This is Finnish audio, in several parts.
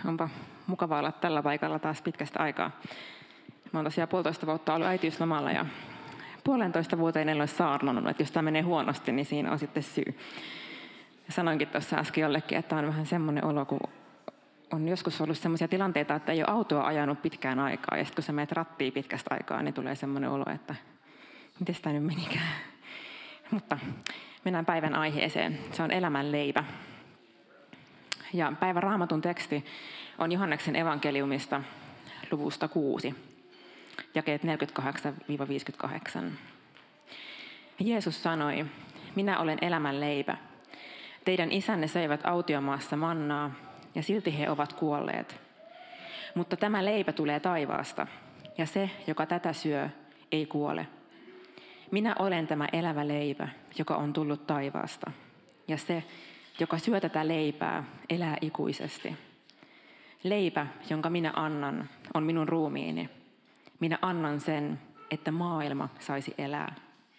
Onpa mukava olla tällä paikalla taas pitkästä aikaa. Mä oon tosiaan 1,5 vuotta ollut äitiyslomalla ja 1,5 vuoteen en ole saarnannut, että jos tämä menee huonosti, niin siinä on sitten syy. Ja sanoinkin tuossa äsken jollekin, että on vähän semmoinen olo, kun on joskus ollut semmoisia tilanteita, että ei ole autoa ajanut pitkään aikaa. Ja sitten kun sä menet rattiin pitkästä aikaa, niin tulee semmoinen olo, että miten sitä nyt menikään. Mutta mennään päivän aiheeseen. Se on elämän leipä. Ja päivän Raamatun teksti on Johanneksen evankeliumista luvusta 6, jakeet 48-58. Jeesus sanoi, minä olen elämän leipä. Teidän isänne söivät autiomaassa mannaa, ja silti he ovat kuolleet. Mutta tämä leipä tulee taivaasta, ja se, joka tätä syö, ei kuole. Minä olen tämä elävä leipä, joka on tullut taivaasta, ja se, joka syö tätä leipää, elää ikuisesti. Leipä, jonka minä annan, on minun ruumiini. Minä annan sen, että maailma saisi elää.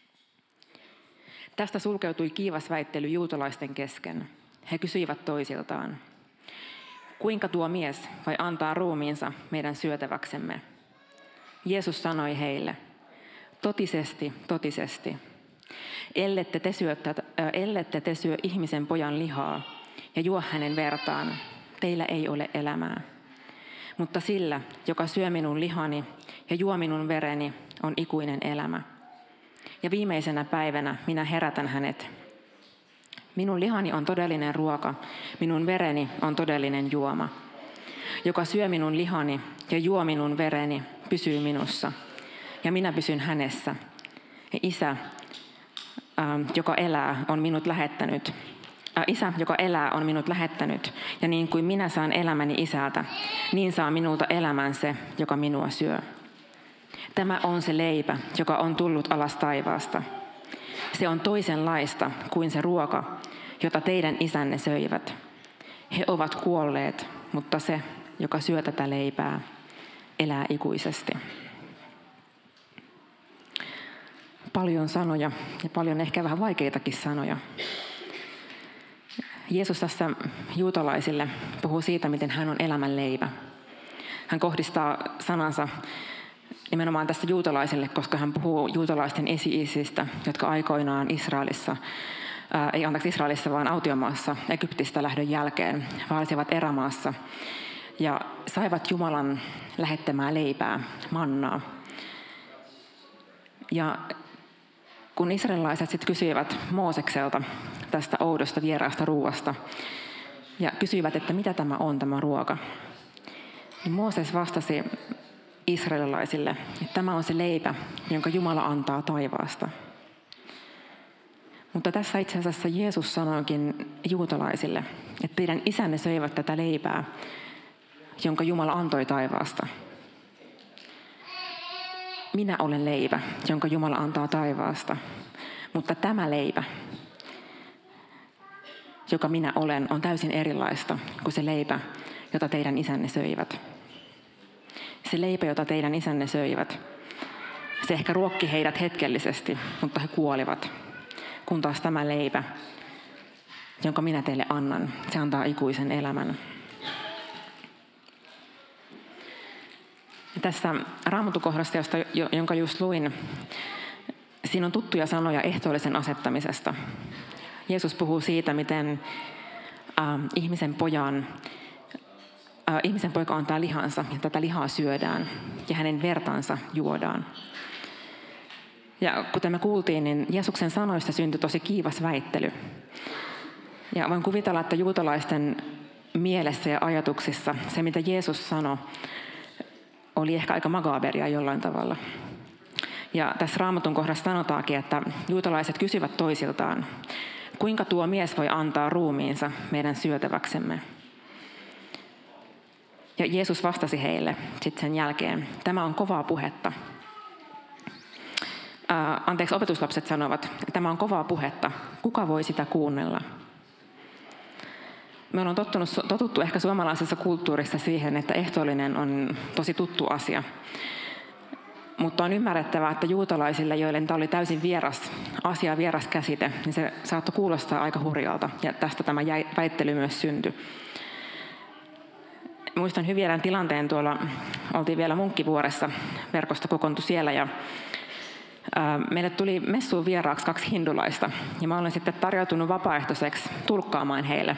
Tästä sulkeutui kiivas väittely juutalaisten kesken. He kysyivät toisiltaan, kuinka tuo mies voi antaa ruumiinsa meidän syötäväksemme? Jeesus sanoi heille, totisesti, totisesti, ellette te syö ihmisen pojan lihaa ja juo hänen vertaan, teillä ei ole elämää. Mutta sillä, joka syö minun lihani ja juo minun vereni, on ikuinen elämä. Ja viimeisenä päivänä minä herätän hänet. Minun lihani on todellinen ruoka, minun vereni on todellinen juoma. Joka syö minun lihani ja juo minun vereni, pysyy minussa, ja minä pysyn hänessä. Ja Isä, joka elää, on minut lähettänyt. Isä, joka elää, on minut lähettänyt, ja niin kuin minä saan elämäni Isältä, niin saa minulta elämän se, joka minua syö. Tämä on se leipä, joka on tullut alas taivaasta. Se on toisenlaista kuin se ruoka, jota teidän isänne söivät. He ovat kuolleet, mutta se, joka syö tätä leipää, elää ikuisesti. Paljon sanoja ja paljon ehkä vähän vaikeitakin sanoja. Jeesus tässä juutalaisille puhuu siitä, miten hän on elämän leipä. Hän kohdistaa sanansa nimenomaan tästä juutalaisille, koska hän puhuu juutalaisten esi-isistä, jotka aikoinaan Israelissa, vaan autiomaassa Egyptistä lähdön jälkeen vaelsivat erämaassa ja saivat Jumalan lähettämää leipää, mannaa. Ja kun israelilaiset sitten kysyivät Moosekselta tästä oudosta vieraasta ruuasta ja kysyivät, että mitä tämä on tämä ruoka, niin Mooses vastasi israelilaisille, että tämä on se leipä, jonka Jumala antaa taivaasta. Mutta tässä itse asiassa Jeesus sanoikin juutalaisille, että teidän isänne söivät tätä leipää, jonka Jumala antoi taivaasta. Minä olen leipä, jonka Jumala antaa taivaasta, mutta tämä leipä, joka minä olen, on täysin erilaista kuin se leipä, jota teidän isänne söivät. Se leipä, jota teidän isänne söivät, se ehkä ruokki heidät hetkellisesti, mutta he kuolivat. Kun taas tämä leipä, jonka minä teille annan, se antaa ikuisen elämän. Ja tässä Raamatukohdassa, jonka just luin, siinä on tuttuja sanoja ehtoollisen asettamisesta. Jeesus puhuu siitä, miten ihmisen poika antaa lihansa ja tätä lihaa syödään ja hänen vertansa juodaan. Ja kuten me kuultiin, niin Jeesuksen sanoista syntyi tosi kiivas väittely. Ja voin kuvitella, että juutalaisten mielessä ja ajatuksissa se, mitä Jeesus sanoi, oli ehkä aika makaberia jollain tavalla. Ja tässä Raamatun kohdassa sanotaankin, että juutalaiset kysyvät toisiltaan, kuinka tuo mies voi antaa ruumiinsa meidän syötäväksemme. Ja Jeesus vastasi heille sitten sen jälkeen, tämä on kovaa puhetta. Opetuslapset sanovat, että tämä on kovaa puhetta, kuka voi sitä kuunnella? Me ollaan totuttu ehkä suomalaisessa kulttuurissa siihen, että ehtoollinen on tosi tuttu asia. Mutta on ymmärrettävää, että juutalaisille, joille tämä oli täysin vieras asia, vieras käsite, niin se saattoi kuulostaa aika hurjalta. Ja tästä tämä väittely myös syntyi. muistan hyvin erään tilanteen tuolla, oltiin vielä Munkkivuoressa, verkosto kokoontui siellä ja meille tuli messuun vieraaksi 2 hindulaista ja mä olen sitten tarjoutunut vapaaehtoiseksi tulkkaamaan heille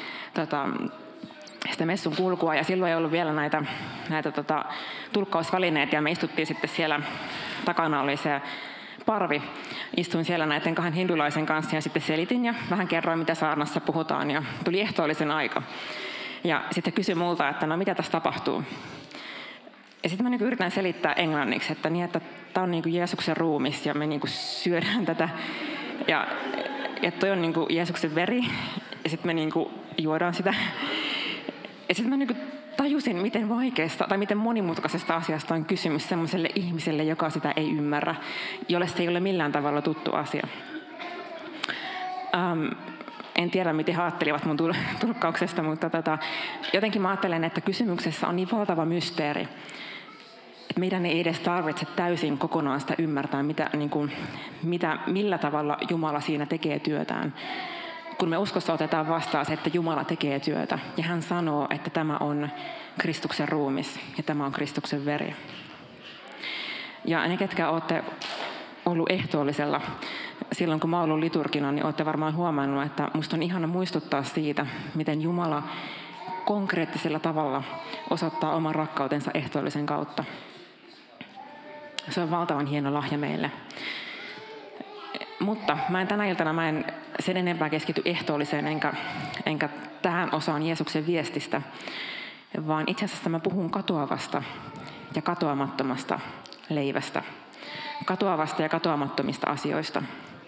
sitä messun kulkua ja silloin ei ollut vielä näitä tulkkausvälineitä ja me istuttiin sitten siellä, takana oli se parvi. Istuin siellä näiden 2 hindulaisen kanssa ja sitten selitin ja vähän kerroin, mitä saarnassa puhutaan ja tuli ehtoollisen aika. Ja sitten kysyi multa, että no mitä tässä tapahtuu. Ja sitten mä yritän selittää englanniksi, että tämä on niin Jeesuksen ruumis ja me niin syödään tätä. Ja toi on niin Jeesuksen veri ja sitten me niin juodaan sitä. Ja sitten mä tajusin, miten vaikeasta tai miten monimutkaisesta asiasta on kysymys sellaiselle ihmiselle, joka sitä ei ymmärrä, jolle se ei ole millään tavalla tuttu asia. En tiedä, miten he ajattelivat mun tulkkauksesta, mutta jotenkin mä ajattelen, että kysymyksessä on niin valtava mysteeri, että meidän ei edes tarvitse täysin kokonaan sitä ymmärtää, millä tavalla Jumala siinä tekee työtään. Kun me uskossa otetaan vastaan se, että Jumala tekee työtä, ja hän sanoo, että tämä on Kristuksen ruumis, ja tämä on Kristuksen veri. Ja ne, ketkä olette ollut ehtoollisella, silloin kun mä oon ollut liturgina, niin olette varmaan huomannut, että musta on ihana muistuttaa siitä, miten Jumala konkreettisella tavalla osoittaa oman rakkautensa ehtoollisen kautta. Se on valtavan hieno lahja meille. Mutta tänä iltana en sen enempää keskity ehtoolliseen enkä tähän osaan Jeesuksen viestistä, vaan itse asiassa mä puhun katoavasta ja katoamattomasta leivästä, katoavasta ja katoamattomista asioista.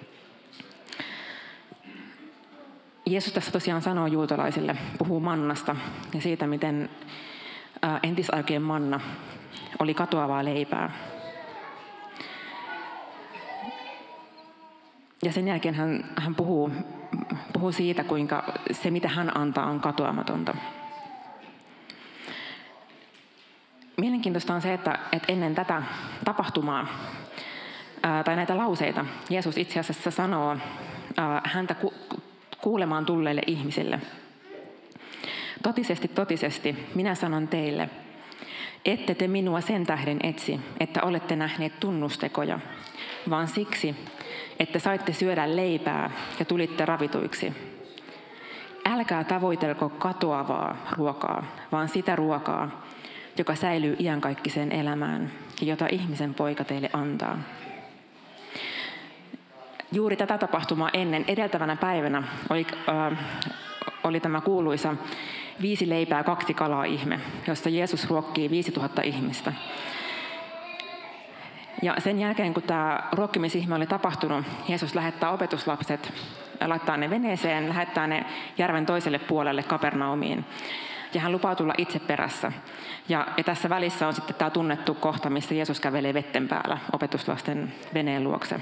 Jeesus tässä tosiaan sanoo juutalaisille, puhuu mannasta ja siitä, miten entisaikojen manna oli katoavaa leipää. Ja sen jälkeen hän puhuu siitä, kuinka se, mitä hän antaa, on katoamatonta. Mielenkiintoista on se, että ennen tätä tapahtumaa tai näitä lauseita Jeesus itse asiassa sanoo häntä kuulemaan tulleille ihmisille. Totisesti, totisesti, minä sanon teille, ette te minua sen tähden etsi, että olette nähneet tunnustekoja, vaan siksi, että saitte syödä leipää ja tulitte ravituiksi. Älkää tavoitelko katoavaa ruokaa, vaan sitä ruokaa, joka säilyy iankaikkiseen elämään ja jota ihmisen poika teille antaa. Juuri tätä tapahtumaa edeltävänä päivänä oli tämä kuuluisa 5 leipää 2 kalaa -ihme, jossa Jeesus ruokkii 5000 ihmistä. Ja sen jälkeen, kun tämä ruokkimisihme oli tapahtunut, Jeesus lähettää opetuslapset, laittaa ne veneeseen, lähettää ne järven toiselle puolelle Kapernaumiin. Ja hän lupaa tulla itse perässä. Ja tässä välissä on sitten tämä tunnettu kohta, missä Jeesus kävelee vetten päällä opetuslasten veneen luokse.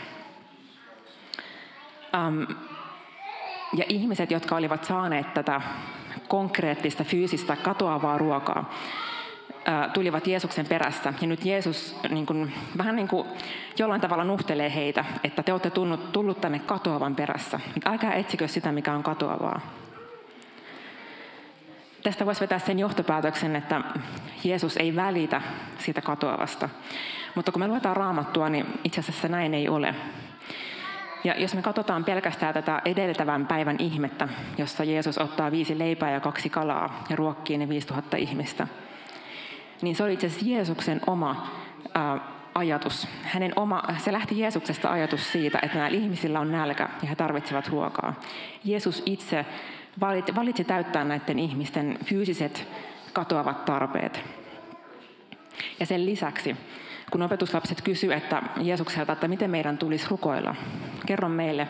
Ja ihmiset, jotka olivat saaneet tätä konkreettista, fyysistä, katoavaa ruokaa, tulivat Jeesuksen perässä. Ja nyt Jeesus vähän jollain tavalla nuhtelee heitä, että te olette tullut tänne katoavan perässä. Älkää etsikö sitä, mikä on katoavaa. Tästä voisi vetää sen johtopäätöksen, että Jeesus ei välitä siitä katoavasta. Mutta kun me luetaan Raamattua, niin itse asiassa näin ei ole. Ja jos me katsotaan pelkästään tätä edeltävän päivän ihmettä, jossa Jeesus ottaa 5 leipää ja 2 kalaa ja ruokkii ne 5000 ihmistä, niin se oli itse asiassa Jeesuksen oma ajatus. Se lähti Jeesuksesta ajatus siitä, että näillä ihmisillä on nälkä ja he tarvitsevat ruokaa. Jeesus itse valitsi täyttää näiden ihmisten fyysiset katoavat tarpeet. Ja sen lisäksi, kun opetuslapset kysyivät Jeesukselta, että miten meidän tulisi rukoilla, kerro meille,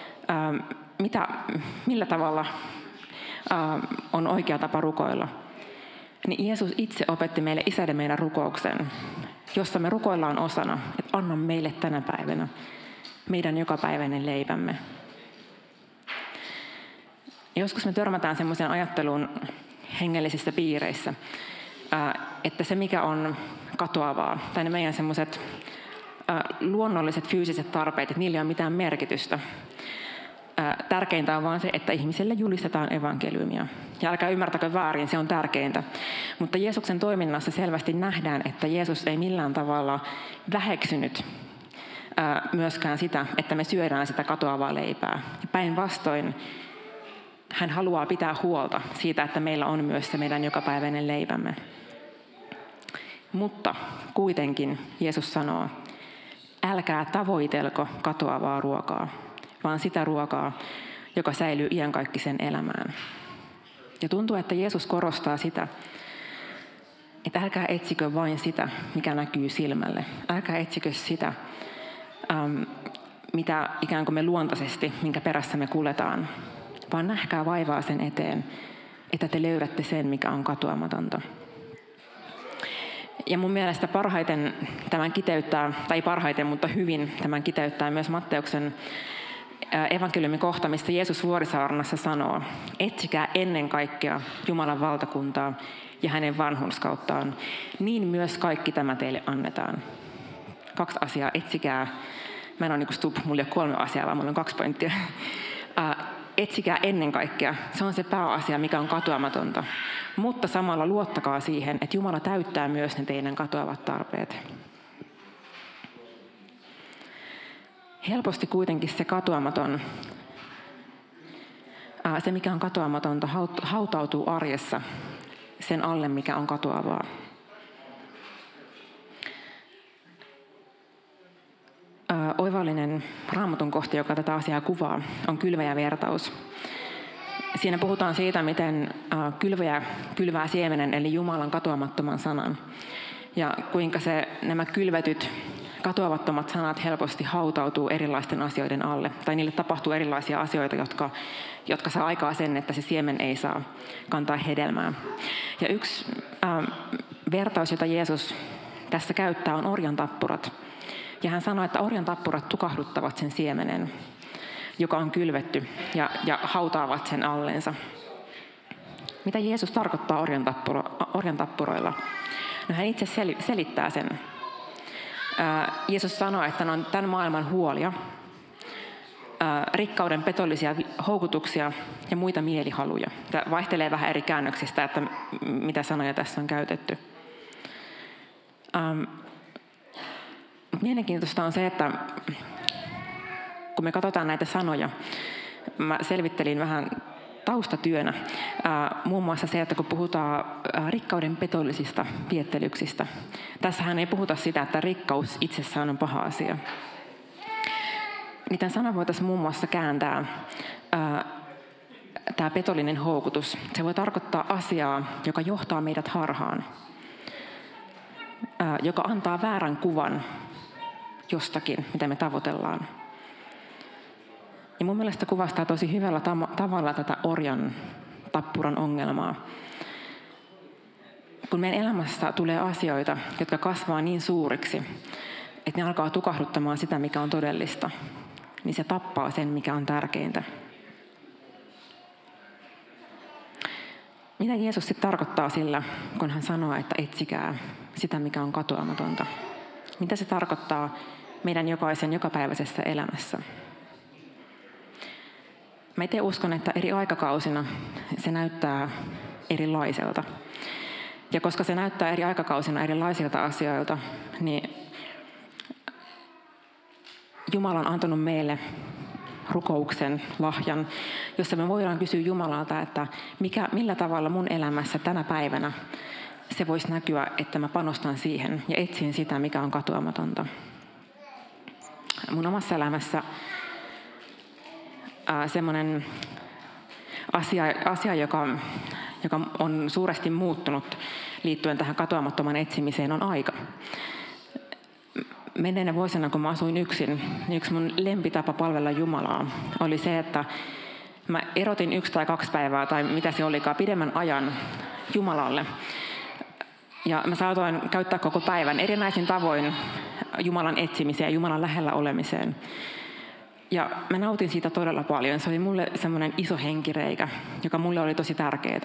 millä tavalla on oikea tapa rukoilla, niin Jeesus itse opetti meille isäiden meidän rukouksen, jossa me rukoillaan osana, että anna meille tänä päivänä meidän jokapäiväinen leipämme. Joskus me törmätään semmoiseen ajatteluun hengellisissä piireissä, että se mikä on katoavaa, tai ne meidän semmoiset luonnolliset fyysiset tarpeet, että niillä ei ole mitään merkitystä. Tärkeintä on vaan se, että ihmisille julistetaan evankeliumia. Ja älkää ymmärtäkö väärin, se on tärkeintä. Mutta Jeesuksen toiminnassa selvästi nähdään, että Jeesus ei millään tavalla väheksynyt myöskään sitä, että me syödään sitä katoavaa leipää. Päinvastoin hän haluaa pitää huolta siitä, että meillä on myös se meidän jokapäiväinen leipämme. Mutta kuitenkin Jeesus sanoo, älkää tavoitelko katoavaa ruokaa, vaan sitä ruokaa, joka säilyy iankaikkisen elämään. Ja tuntuu, että Jeesus korostaa sitä, että älkää etsikö vain sitä, mikä näkyy silmälle. Älkää etsikö sitä, mitä ikään kuin me luontaisesti, minkä perässä me kuljetaan, vaan nähkää vaivaa sen eteen, että te löydätte sen, mikä on katoamatonta. Ja mun mielestä parhaiten tämän kiteyttää, tai ei parhaiten, mutta hyvin tämän kiteyttää myös Matteuksen evankeliumin kohta, mistä Jeesus Vuorisaarnassa sanoo, etsikää ennen kaikkea Jumalan valtakuntaa ja hänen vanhurskauttaan, niin myös kaikki tämä teille annetaan. 2 asiaa, etsikää. Mä en ole niin kuin Stubb, mulla ei ole 3 asiaa, vaan mulla on 2 pointtia. Etsikää ennen kaikkea. Se on se pääasia, mikä on katoamatonta. Mutta samalla luottakaa siihen, että Jumala täyttää myös ne teidän katoavat tarpeet. Helposti kuitenkin se katoamaton, se mikä on katoamatonta, hautautuu arjessa sen alle, mikä on katoavaa. Oivallinen Raamatun kohta, joka tätä asiaa kuvaa, on kylväjävertaus. Siinä puhutaan siitä, miten kylväjä kylvää siemenen, eli Jumalan katoamattoman sanan. Ja kuinka nämä kylvetyt katoamattomat sanat helposti hautautuu erilaisten asioiden alle. Tai niille tapahtuu erilaisia asioita, jotka saa aikaa sen, että se siemen ei saa kantaa hedelmää. Ja yksi vertaus, jota Jeesus tässä käyttää, on orjantappurat. Ja hän sanoi, että orjantappurat tukahduttavat sen siemenen, joka on kylvetty, ja hautaavat sen allensa. Mitä Jeesus tarkoittaa orjantappuroilla? No hän itse selittää sen. Jeesus sanoi, että ne on tämän maailman huolia, rikkauden petollisia houkutuksia ja muita mielihaluja. Tämä vaihtelee vähän eri käännöksistä, että mitä sanoja tässä on käytetty. Mielenkiintoista on se, että kun me katsotaan näitä sanoja, mä selvittelin vähän taustatyönä, muun muassa se, että kun puhutaan rikkauden petollisista viettelyksistä, tässähän ei puhuta sitä, että rikkaus itsessään on paha asia. Niin tämän sanan voitaisiin muun muassa kääntää tämä petollinen houkutus. Se voi tarkoittaa asiaa, joka johtaa meidät harhaan, joka antaa väärän kuvan jostakin, mitä me tavoitellaan. Ja mun mielestä kuvastaa tosi hyvällä tavalla tätä orjan tappuran ongelmaa. Kun meidän elämässä tulee asioita, jotka kasvaa niin suuriksi, että ne alkaa tukahduttamaan sitä, mikä on todellista, niin se tappaa sen, mikä on tärkeintä. Mitä Jeesus sitten tarkoittaa sillä, kun hän sanoo, että etsikää sitä, mikä on katoamatonta? Mitä se tarkoittaa meidän jokaisen jokapäiväisessä elämässä? Mä itse uskon, että eri aikakausina se näyttää erilaiselta. Ja koska se näyttää eri aikakausina erilaisilta asioilta, niin Jumala on antanut meille rukouksen lahjan, jossa me voidaan kysyä Jumalalta, että millä tavalla mun elämässä tänä päivänä se voisi näkyä, että mä panostan siihen ja etsin sitä, mikä on katoamatonta. Mun omassa elämässä semmoinen asia joka on suuresti muuttunut liittyen tähän katoamattoman etsimiseen, on aika. Menneenä vuosina, kun mä asuin yksin, niin yksi mun lempitapa palvella Jumalaa oli se, että mä erotin 1 tai 2 päivää, tai mitä se olikaan, pidemmän ajan Jumalalle. Ja mä saatoin käyttää koko päivän erinäisin tavoin Jumalan etsimiseen ja Jumalan lähellä olemiseen. Ja mä nautin siitä todella paljon. Se oli mulle semmoinen iso henkireikä, joka mulle oli tosi tärkeää.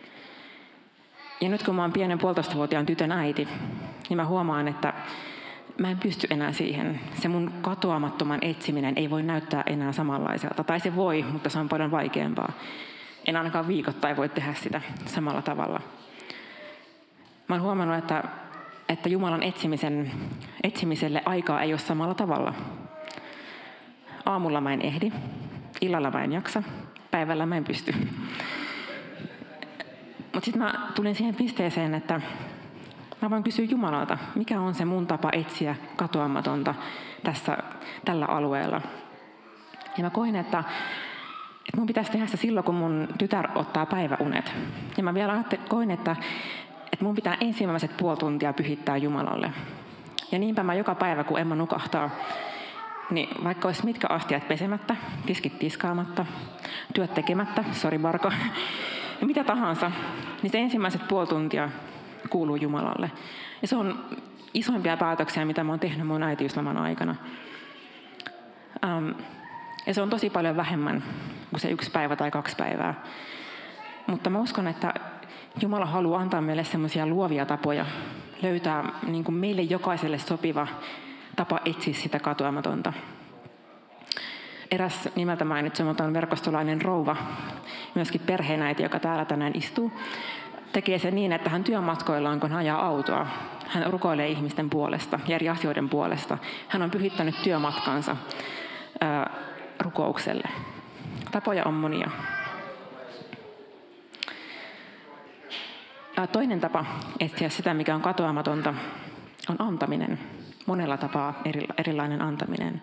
Ja nyt kun mä oon pienen 1,5-vuotiaan tytön äiti, niin mä huomaan, että mä en pysty enää siihen. Se mun katoamattoman etsiminen ei voi näyttää enää samanlaiselta. Tai se voi, mutta se on paljon vaikeampaa. En ainakaan viikoittain voi tehdä sitä samalla tavalla. Mä oon huomannut, että Jumalan etsimiselle aikaa ei ole samalla tavalla. Aamulla mä en ehdi, illalla mä en jaksa, päivällä mä en pysty. Mutta sitten mä tulin siihen pisteeseen, että mä voin kysyä Jumalalta, mikä on se mun tapa etsiä katoamatonta tällä alueella. Ja mä koin, että mun pitäisi tehdä se silloin, kun mun tytär ottaa päiväunet. Ja mä vielä koin, että mun pitää ensimmäiset puoli tuntia pyhittää Jumalalle. Ja niinpä mä joka päivä, kun Emma nukahtaa, niin vaikka olisi mitkä astiat pesemättä, tiskit tiskaamatta, työt tekemättä, sori Marko, ja mitä tahansa, niin se ensimmäiset puoli tuntia kuuluu Jumalalle. Ja se on isoimpia päätöksiä, mitä mä oon tehnyt mun äitiysloman aikana. Ja se on tosi paljon vähemmän kuin se 1 päivä tai 2 päivää. Mutta mä uskon, että Jumala haluaa antaa meille semmoisia luovia tapoja, löytää niin kuin meille jokaiselle sopiva tapa etsiä sitä katoamatonta. Eräs nimeltä mainitsematon verkostolainen rouva, myöskin perheenäiti, joka täällä tänään istuu, tekee sen niin, että hän työmatkoillaan, kun hän ajaa autoa. Hän rukoilee ihmisten puolesta ja eri asioiden puolesta. Hän on pyhittänyt työmatkansa rukoukselle. Tapoja on monia. Toinen tapa etsiä sitä, mikä on katoamatonta, on antaminen. Monella tapaa erilainen antaminen.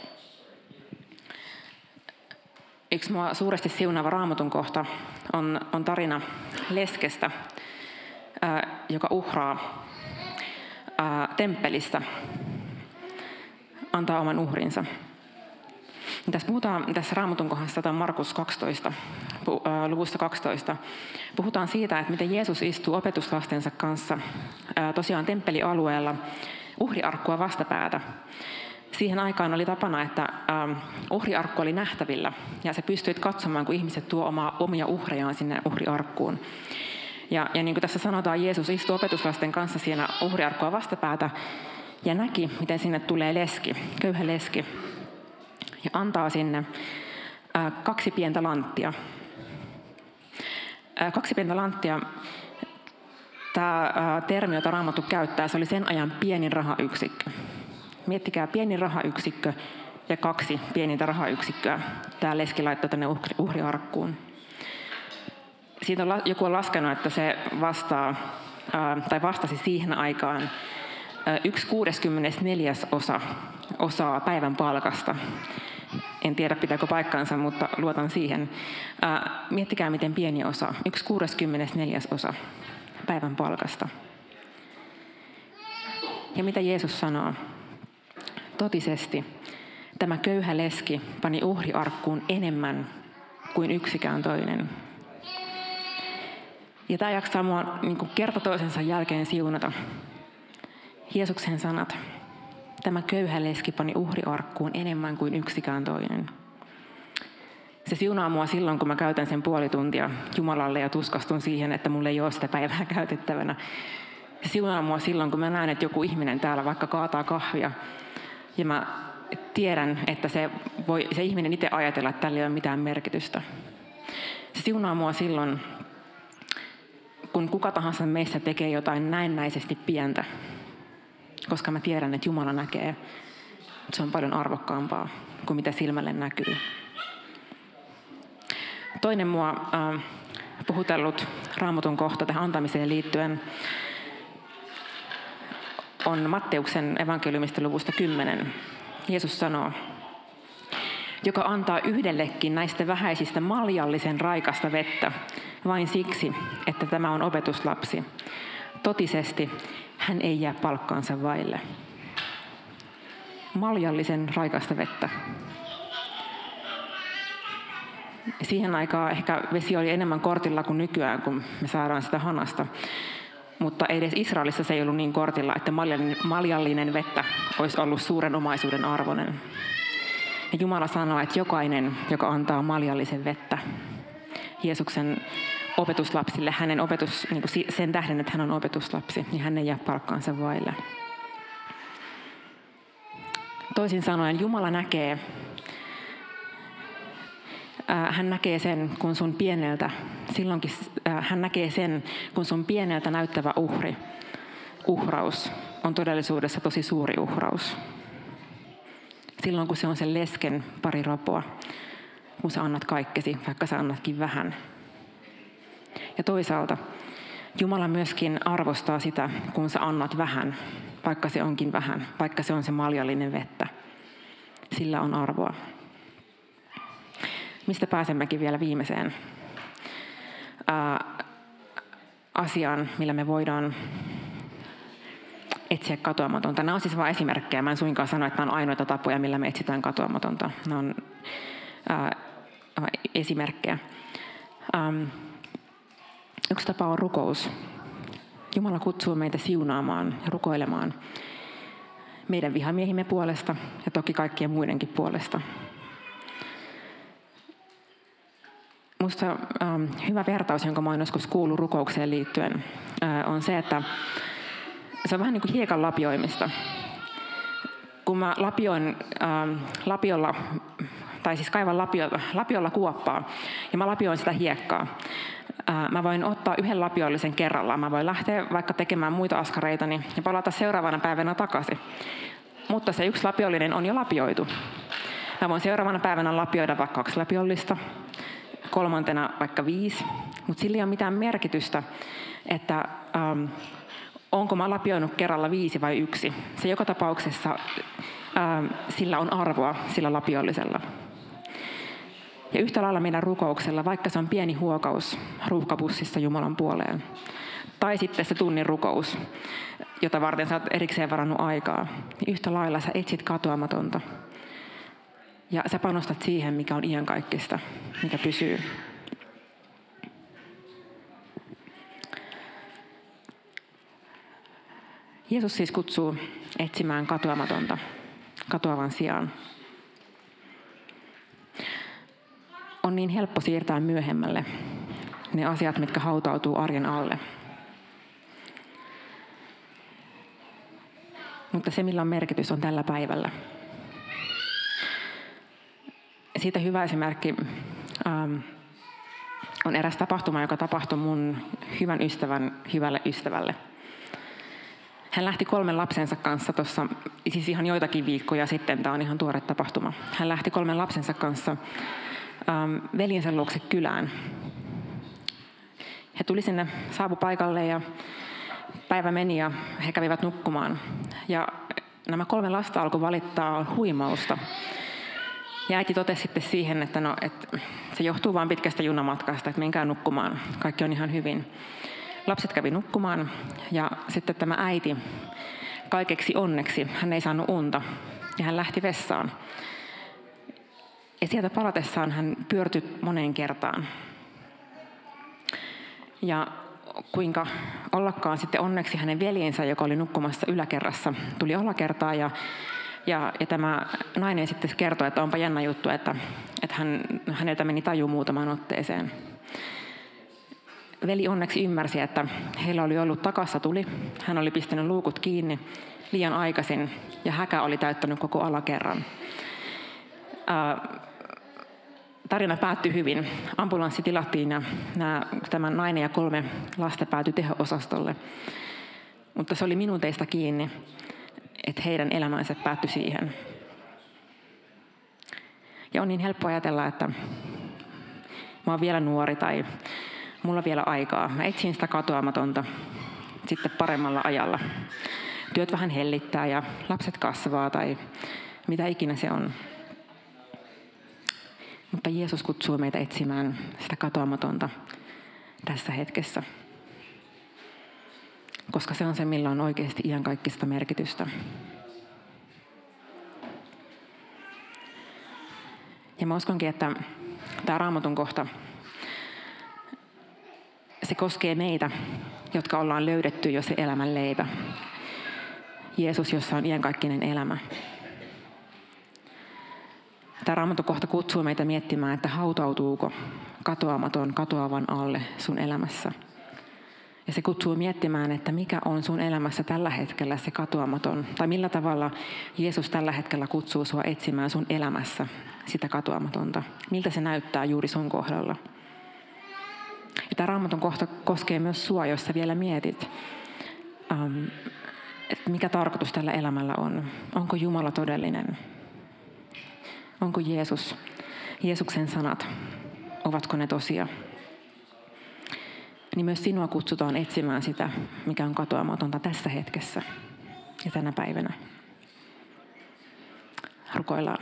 Yksi mua suuresti siunaava Raamatun kohta on tarina leskestä, joka uhraa temppelissä, antaa oman uhrinsa. Tässä puhutaan tässä Raamatun kohdassa, tämä on Markus 12, luvussa 12. Puhutaan siitä, että miten Jeesus istuu opetuslastensa kanssa tosiaan temppelialueella uhriarkkua vastapäätä. Siihen aikaan oli tapana, että uhriarkku oli nähtävillä ja sä pystyit katsomaan, kun ihmiset tuo omia uhrejaan sinne uhriarkkuun. Ja niin kuin tässä sanotaan, Jeesus istui opetuslasten kanssa siinä uhriarkkua vastapäätä ja näki, miten sinne tulee leski, köyhä leski, ja antaa sinne 2 pientä lanttia. 2 pientä lanttia, tämä termi, jota Raamattu käyttää, se oli sen ajan pienin rahayksikkö. Miettikää, pienin rahayksikkö ja 2 pienintä rahayksikköä. Tämä leski laittoi tänne uhriarkkuun. Siitä joku on laskenut, että se vastasi siihen aikaan 1/64 osaa päivän palkasta. En tiedä, pitääkö paikkansa, mutta luotan siihen. Miettikää, miten pieni osa. 1/64 päivän palkasta. Ja mitä Jeesus sanoo? Totisesti tämä köyhä leski pani uhriarkkuun enemmän kuin yksikään toinen. Ja tämä jaksaa mua niin kuin kerta toisensa jälkeen siunata. Jeesuksen sanat. Tämä köyhä leski pani uhriarkkuun enemmän kuin yksikään toinen. Se siunaa mua silloin, kun mä käytän sen puoli tuntia Jumalalle ja tuskastun siihen, että mulla ei ole sitä päivää käytettävänä. Se siunaa mua silloin, kun mä näen, että joku ihminen täällä vaikka kaataa kahvia. Ja mä tiedän, että se ihminen itse ajatella, että tällä ei ole mitään merkitystä. Se siunaa mua silloin, kun kuka tahansa meistä tekee jotain näennäisesti pientä. Koska mä tiedän, että Jumala näkee, että se on paljon arvokkaampaa kuin mitä silmälle näkyy. Toinen mua puhutellut Raamatun kohta tähän antamiseen liittyen on Matteuksen evankeliumista luvusta 10. Jeesus sanoo, joka antaa yhdellekin näistä vähäisistä maljallisen raikasta vettä vain siksi, että tämä on opetuslapsi. Totisesti hän ei jää palkkaansa vaille. Maljallisen raikasta vettä. Siihen aikaan ehkä vesi oli enemmän kortilla kuin nykyään, kun me saadaan sitä hanasta. Mutta edes Israelissa se ei ollut niin kortilla, että maljallinen vettä olisi ollut suuren omaisuuden arvoinen. Ja Jumala sanoo, että jokainen, joka antaa maljallisen vettä Jeesuksen opetuslapsille, hänen niin sen tähden, että hän on opetuslapsi, niin hän ei jää palkkaansa vaille. Toisin sanoen Jumala näkee, hän näkee sen, kun sun pieneltä, silloinkin hän näkee sen, kun sun pieneltä näyttävä uhraus on todellisuudessa tosi suuri uhraus. Silloin kun se on sen lesken pari rapoa, kun sä annat kaikkesi, vaikka sä annatkin vähän. Ja toisaalta Jumala myöskin arvostaa sitä, kun sä annat vähän, vaikka se onkin vähän, vaikka se on se maljallinen vettä. Sillä on arvoa. Mistä pääsemmekin vielä viimeiseen asiaan, millä me voidaan etsiä katoamatonta. Nämä on siis vain esimerkkejä. Mä en suinkaan sano, että nämä on ainoita tapoja, millä me etsitään katoamatonta. Nämä on esimerkkejä. Yksi tapa on rukous. Jumala kutsuu meitä siunaamaan ja rukoilemaan meidän vihamiehimme puolesta ja toki kaikkien muidenkin puolesta. Musta hyvä vertaus, jonka mä oon joskus kuullut rukoukseen liittyen, on se, että se on vähän niin kuin hiekan lapioimista. Kun mä lapioin lapiolla, tai siis kaivan lapiolla kuoppaa, ja mä lapioin sitä hiekkaa, mä voin ottaa yhden lapiollisen kerrallaan. Mä voin lähteä vaikka tekemään muita askareitani ja palata seuraavana päivänä takaisin. Mutta se yksi lapiollinen on jo lapioitu. Mä voin seuraavana päivänä lapioida vaikka 2 lapiollista, kolmantena vaikka 5, mutta sillä ei ole mitään merkitystä, että onko mä lapioinut kerralla 5 vai 1. Se joka tapauksessa sillä on arvoa sillä lapiollisella. Ja yhtä lailla meidän rukouksella, vaikka se on pieni huokaus ruuhkabussissa Jumalan puoleen, tai sitten se tunnin rukous, jota varten sä oot erikseen varannut aikaa, niin yhtä lailla sä etsit katoamatonta. Ja sä panostat siihen, mikä on iankaikkista, mikä pysyy. Jeesus siis kutsuu etsimään katoamatonta, katoavan sijaan. On niin helppo siirtää myöhemmälle ne asiat, mitkä hautautuu arjen alle. Mutta se, millä on merkitys, on tällä päivällä. Siitä hyvä esimerkki on eräs tapahtuma, joka tapahtui mun hyvän ystävän hyvälle ystävälle. Hän lähti 3 lapsensa kanssa tuossa, siis ihan joitakin viikkoja sitten, tämä on ihan tuore tapahtuma. Hän lähti 3 lapsensa kanssa veljensä luokse kylään. He tuli sinne saapupaikalle ja päivä meni ja he kävivät nukkumaan. Ja nämä 3 lasta alkoi valittaa huimausta. Ja äiti totesi sitten siihen, että se johtuu vain pitkästä junamatkasta, että menkää nukkumaan. Kaikki on ihan hyvin. Lapset kävi nukkumaan ja sitten tämä äiti kaikeksi onneksi, hän ei saanut unta ja hän lähti vessaan. Ja sieltä palatessaan hän pyörtyi moneen kertaan. Ja kuinka ollakaan sitten onneksi hänen veljensä, joka oli nukkumassa yläkerrassa, tuli alakertaan ja tämä nainen sitten kertoi, että onpa jännä juttu, että häneltä meni taju muutamaan otteeseen. Veli onneksi ymmärsi, että heillä oli ollut takassa tuli. Hän oli pistänyt luukut kiinni liian aikaisin ja häkä oli täyttänyt koko alakerran. Tarina päättyi hyvin. Ambulanssi tilattiin ja tämä nainen ja 3 lasta päätyi teho-osastolle. Mutta se oli minuuteista kiinni, että heidän elämänsä päättyi siihen. Ja on niin helppo ajatella, että mä oon vielä nuori tai mulla on vielä aikaa. Mä etsin sitä katoamatonta sitten paremmalla ajalla. Työt vähän hellittää ja lapset kasvaa tai mitä ikinä se on. Mutta Jeesus kutsuu meitä etsimään sitä katoamatonta tässä hetkessä. Koska se on se, millä on oikeasti iankaikkista merkitystä. Ja mä uskonkin, että tämä Raamatun kohta, se koskee meitä, jotka ollaan löydetty jo se elämän leipä. Jeesus, jossa on iankaikkinen elämä. Tämä Raamatun kohta kutsuu meitä miettimään, että hautautuuko katoamaton katoavan alle sun elämässä. Ja se kutsuu miettimään, että mikä on sun elämässä tällä hetkellä se katoamaton, tai millä tavalla Jeesus tällä hetkellä kutsuu sua etsimään sun elämässä sitä katoamatonta. Miltä se näyttää juuri sun kohdalla. Ja tämä Raamatun kohta koskee myös sua, jos sä vielä mietit, että mikä tarkoitus tällä elämällä on. Onko Jumala todellinen? Onko Jeesuksen sanat, ovatko ne tosia? Niin myös sinua kutsutaan etsimään sitä, mikä on katoamatonta tässä hetkessä ja tänä päivänä. Rukoillaan.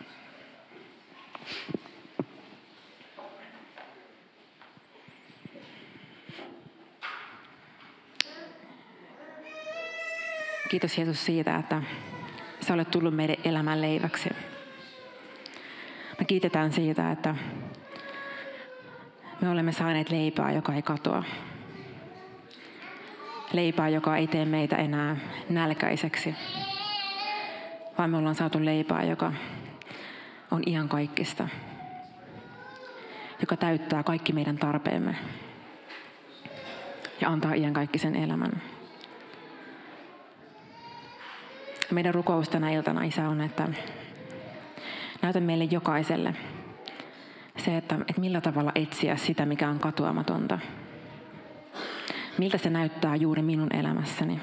Kiitos Jeesus siitä, että sä olet tullut meidän elämän leiväksi. Me kiitetään siitä, että me olemme saaneet leipää, joka ei katoa. Leipää, joka ei tee meitä enää nälkäiseksi, vaan me ollaan saatu leipää, joka on iankaikkista, joka täyttää kaikki meidän tarpeemme ja antaa iankaikkisen elämän. Meidän rukous tänä iltana, Isä, on, että näytä meille jokaiselle se, että millä tavalla etsiä sitä, mikä on katoamatonta. Miltä se näyttää juuri minun elämässäni.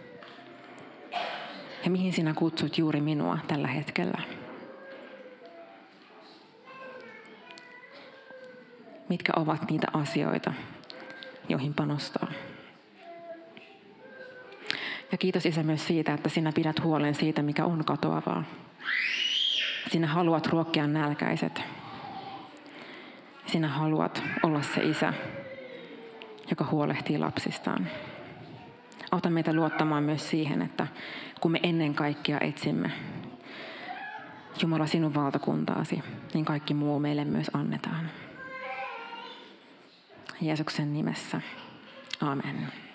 Ja mihin sinä kutsut juuri minua tällä hetkellä. Mitkä ovat niitä asioita, joihin panostaa. Ja kiitos Isä myös siitä, että sinä pidät huolen siitä, mikä on katoavaa. Sinä haluat ruokkia nälkäiset. Sinä haluat olla se Isä, joka huolehtii lapsistaan. Auta meitä luottamaan myös siihen, että kun me ennen kaikkea etsimme Jumala sinun valtakuntaasi, niin kaikki muu meille myös annetaan. Jeesuksen nimessä. Amen.